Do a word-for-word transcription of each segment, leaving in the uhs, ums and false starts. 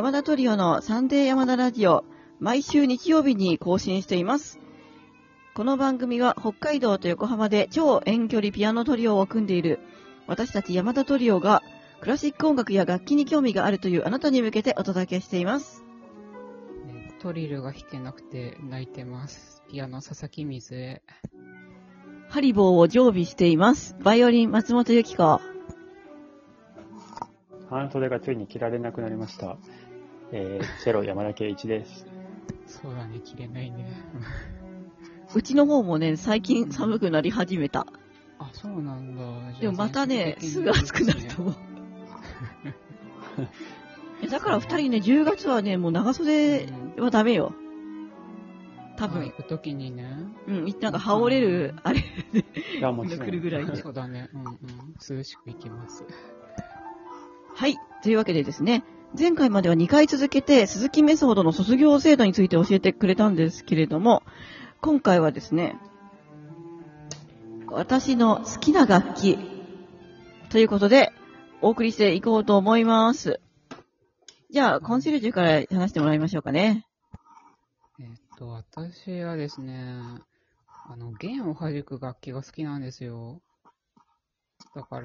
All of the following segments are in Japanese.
山田トリオのサンデー山田ラジオ、毎週日曜日に更新しています。この番組は北海道と横浜で超遠距離ピアノトリオを組んでいる私たち山田トリオがクラシック音楽や楽器に興味があるというあなたに向けてお届けしています。 トリルが弾けなくて泣いてます。ピアノ佐々木水江。 ハリボーを常備しています。バイオリン松本由紀子。 半袖がついに着られなくなりました。えー、チェロ山田圭一です。 そうだね、着れないね。 うちの方もね、最近寒くなり始めた。 あ、そうなんだ。 でもまたね、すぐ暑くなると思う。だから二人ね、じゅうがつはね、もう長袖はダメよ。多分。 行くときにね。 うん、なんか羽織れる、あれ、 がもう来るぐらいで。 そうだね、うんうん。涼しく行きます。 はい。というわけでですね、前回まではにかい続けて、鈴木メソードの卒業制度について教えてくれたんですけれども、今回はですね、私の好きな楽器ということで、お送りしていこうと思います。じゃあ、コンシェルジュから話してもらいましょうかね。 えっと、私はですね、あの、弦を弾く楽器が好きなんですよ。だから、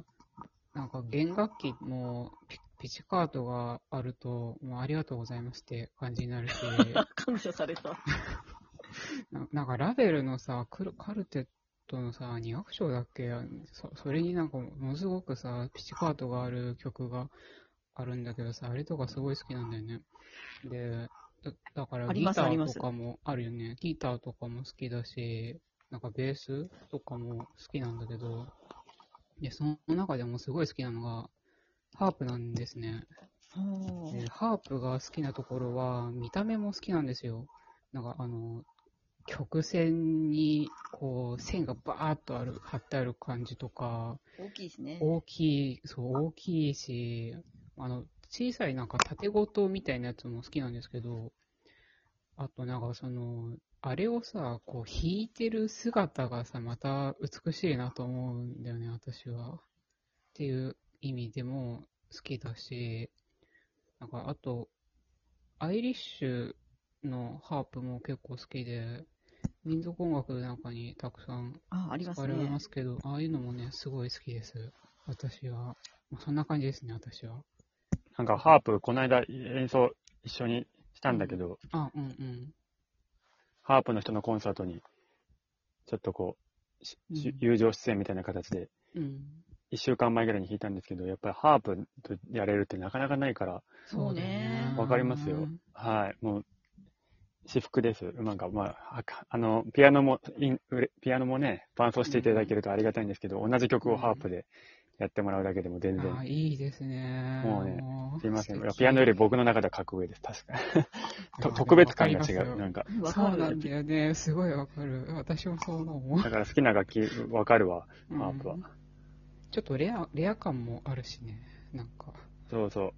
なんか弦楽器もピ、ピチカートがあると、もうありがとうございますって感じになるし。 感謝された。 な, なんかラベルのさ、カルテットのさ、に楽章だっけ そ, それになんかものすごくさ、ピチカートがある曲があるんだけどさ、あれとかすごい好きなんだよね。で、だ, だからギターとかもあるよね。ギターとかも好きだし、なんかベースとかも好きなんだけど、で、その中でもすごい好きなのが、ハープなんですね。でハープが好きなところは、見た目も好きなんですよ。なんかあの、曲線に、こう、線がバーっとある、貼ってある感じとか、 大きいしね。 大きい、そう、大きいし、あの、小さいなんか縦ごとみたいなやつも好きなんですけど、あとなんかその、あれをさ、こう弾いてる姿がさ、また美しいなと思うんだよね、私は。っていう意味でも好きだし、なんかあと、アイリッシュのハープも結構好きで、民族音楽なんかにたくさん使われますけど、あ, あ, ね、ああいうのもね、すごい好きです。私は。まあ、そんな感じですね、私は。 なんかハープ、この間演奏一緒にしたんだけど、 うん、あ、うんうん。 ハープの人のコンサートに、ちょっとこう、うん、友情出演みたいな形で、うん、いっしゅうかんまえぐらいに弾いたんですけど、やっぱりハープとやれるってなかなかないから、 そうね。 わかりますよ。はい。もう、至福です。なんか、まあ、あの、ピアノも、ピアノもね、伴奏していただけるとありがたいんですけど、うん、同じ曲をハープでやってもらうだけでも全然。 あ、いいですね。 もうね、すいません。ピアノより僕の中では格上です。確かに。特別感が違う。なんか。 そうなんだよね。すごいわかる。私もそう思う。 だから好きな楽器わかるわ、ハープは、うん。 ちょっとレア、レア感もあるしね。なんか。 そうそう。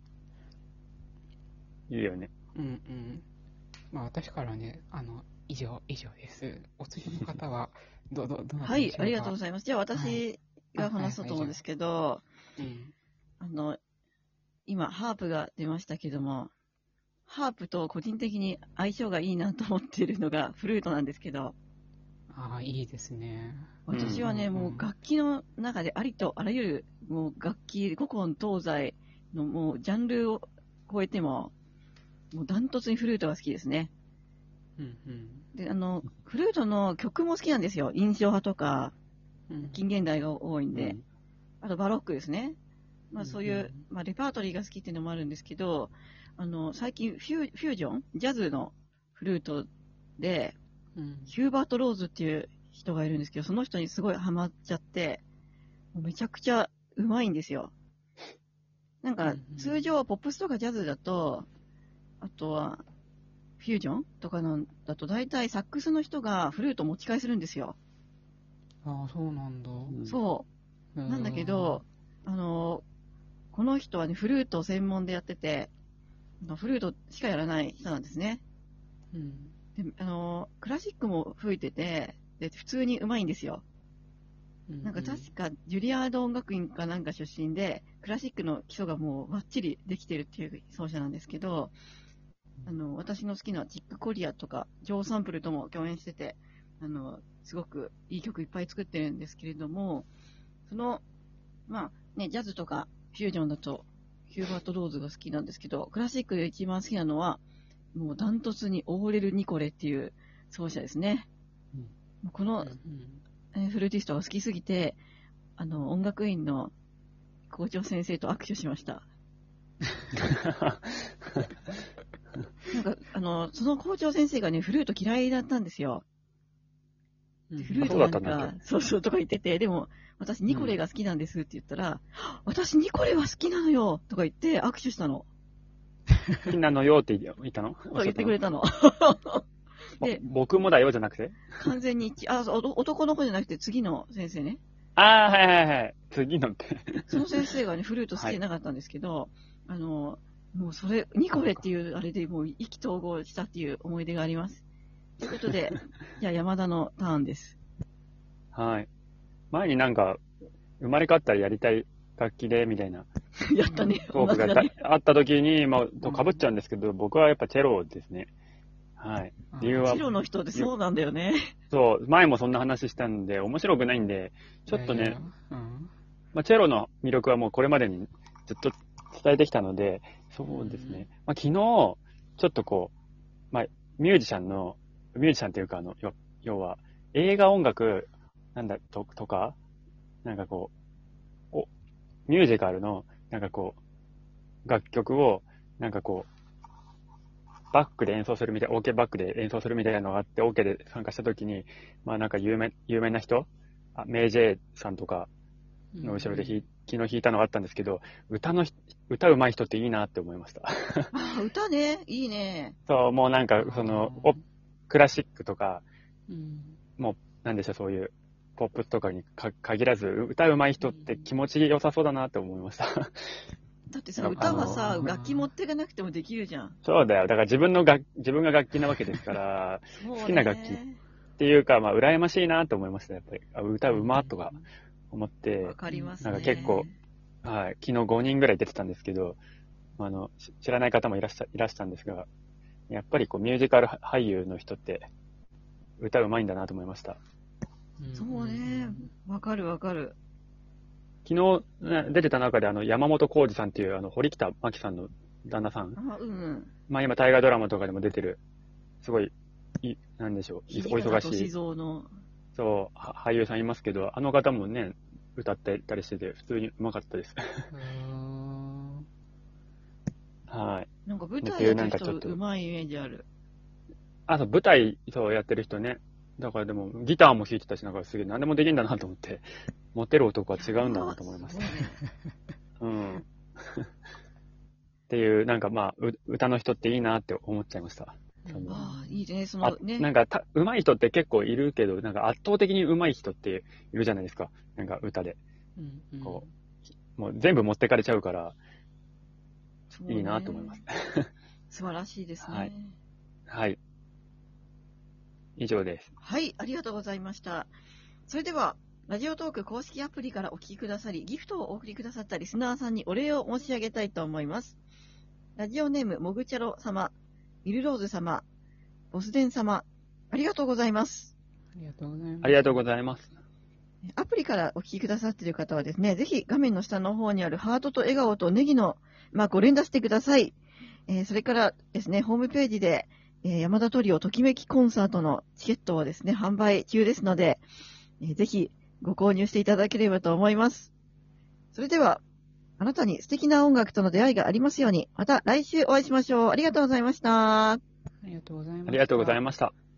いいよね。 うんうん。まあ私からね、あの、以上、以上です。お次の方は、ど、ど、どうはい、ありがとうございます。じゃあ私が話そうと思うんですけど、 はいはいはい、 あの、今、ハープが出ましたけども、ハープと個人的に相性がいいなと思っているのがフルートなんですけど、 ああ、いいですね。 私はね、うん、もう楽器の中でありとあらゆる、もう楽器、古今東西のもうジャンルを超えても、もうダントツにフルートが好きですね。 うんうん、 で、あの、フルートの曲も好きなんですよ。印象派とか、近現代が多いんで。うん、あとバロックですね。まあそういう、うん、まあレパートリーが好きっていうのもあるんですけど、あの、最近フュ、フュージョンジャズのフルートで、うん、ヒューバート・ローズっていう人がいるんですけど、その人にすごいハマっちゃって、もうめちゃくちゃうまいんですよ。なんか、通常ポップスとかジャズだと、あとは、フュージョンとかのだと大体サックスの人がフルート持ち返するんですよ。 ああ、そうなんだ。 そう。なんだけど、あの、この人はね、フルートを専門でやってて、フルートしかやらない人なんですね。うん。で、あの、クラシックも吹いてて、で、普通にうまいんですよ。 なんか確かジュリアード音楽院かなんか出身で、クラシックの基礎がもうバッチリできてるっていう奏者なんですけど、あの、私の好きなチック・コリアとか、ジョー・サンプルとも共演してて、あの、すごくいい曲いっぱい作ってるんですけれども、その、まあね、ジャズとかフュージョンだと、ヒューバート・ローズが好きなんですけど、クラシックで一番好きなのは、もうダントツにオーレル・ニコレっていう奏者ですね。うん、この、うん、フルーティストが好きすぎて、あの、音楽院の校長先生と握手しました。なんか、あの、その校長先生がね、フルート嫌いだったんですよ。フルートなんか、そうそうとか言ってて、でも、私ニコレが好きなんですって言ったら、うん、私ニコレは好きなのよとか言って握手したの。 好きなのよって言ったの？ そう言ってくれたの。 で、僕もだよじゃなくて？ 完全に一致。あ、男の子じゃなくて次の先生ね。 ああ、はいはいはい。次のって。 その先生がね、フルート好きじゃなかったんですけど、はい、あの、もうそれ、ニコレっていうあれでもう意気投合したっていう思い出があります。ということで、じゃあ山田のターンです。 はい。前になんか、生まれ変わったらやりたい楽器で、みたいな。 やったね。 トークがあった時に、まあ、と被っちゃうんですけど、僕はやっぱチェロですね。はい。 理由は。チェロの人ってそうなんだよね。 そう、前もそんな話したんで、面白くないんで、ちょっとね、うん、まあ、チェロの魅力はもうこれまでにずっと伝えてきたので、そうですね。まあ、昨日、ちょっとこう、まあ、ミュージシャンの、ミュージシャンっていうか、あの、要は、映画音楽、なんだ、と、とか、なんかこう、お、ミュージカルの、なんかこう、楽曲を、なんかこう、バックで演奏するみたい、オーケー バックで演奏するみたいなのがあって、オーケー で参加したときに、まあなんか有名、有名な人、あ、メイジェイさんとかの後ろで弾、うん、昨日弾いたのがあったんですけど、歌の、歌うまい人っていいなって思いました。 あ、歌ね、いいね。 そう、もうなんか、その、おクラシックとか、うん、もう、なんでしょう、そういう、ポップとかにか限らず、歌うまい人って気持ちよさそうだなって思いました。 だってさ、歌はさ、楽器持っていかなくてもできるじゃん。 そうだよ。だから自分の楽、自分が楽器なわけですから、好きな楽器っていうか、まあ、羨ましいなと思いました、やっぱり。あ、歌うまとか思って。 わかりますね。 なんか結構、はい、昨日ごにんぐらい出てたんですけど、あの、知らない方もいらっしゃ、いらしたんですが、やっぱりこう、ミュージカル俳優の人って、歌うまいんだなと思いました。 そうね。わかるわかる。 昨日、ね、出てた中で、あの、山本浩二さんっていう、あの、堀北真希さんの旦那さん。 あ、うん、うん。 まあ今、大河ドラマとかでも出てる、すごい、い、なんでしょう、お忙しい。 のそう、俳優さんいますけど、あの方もね、歌ってたりしてて、普通にうまかったです。はい。 なんか舞台やってる人うまいイメージある。 あ、そう、舞台、そうやってる人ね。だからでも、ギターも弾いてたし、なんかすげえ何でもできるんだなと思って、モテる男は違うんだなと思いました。うん。っていう、なんかまあ、う歌の人っていいなって思っちゃいました。 ああ、いいね、そのね。 なんかた、上手い人って結構いるけど、なんか圧倒的に上手い人っているじゃないですか。なんか歌で。うんうん、こう、もう全部持ってかれちゃうから、いいなと思います。 素晴らしいですね。 はい。はい。以上です。 はい、ありがとうございました。それでは、ラジオトーク公式アプリからお聞きくださり、ギフトをお送りくださったリスナーさんにお礼を申し上げたいと思います。ラジオネーム、もぐちゃろ様、ミルローズ様、ボスデン様、ありがとうございます。 ありがとうございます。 ありがとうございます。 アプリからお聞きくださっている方はですね、ぜひ画面の下の方にあるハートと笑顔とネギのマークを連打してください。えー、それからですね、ホームページで、えー、山田トリオときめきコンサートのチケットをですね、販売中ですので、えー、ぜひご購入していただければと思います。それでは、あなたに素敵な音楽との出会いがありますように、また来週お会いしましょう。ありがとうございました。 ありがとうございました。 ありがとうございました。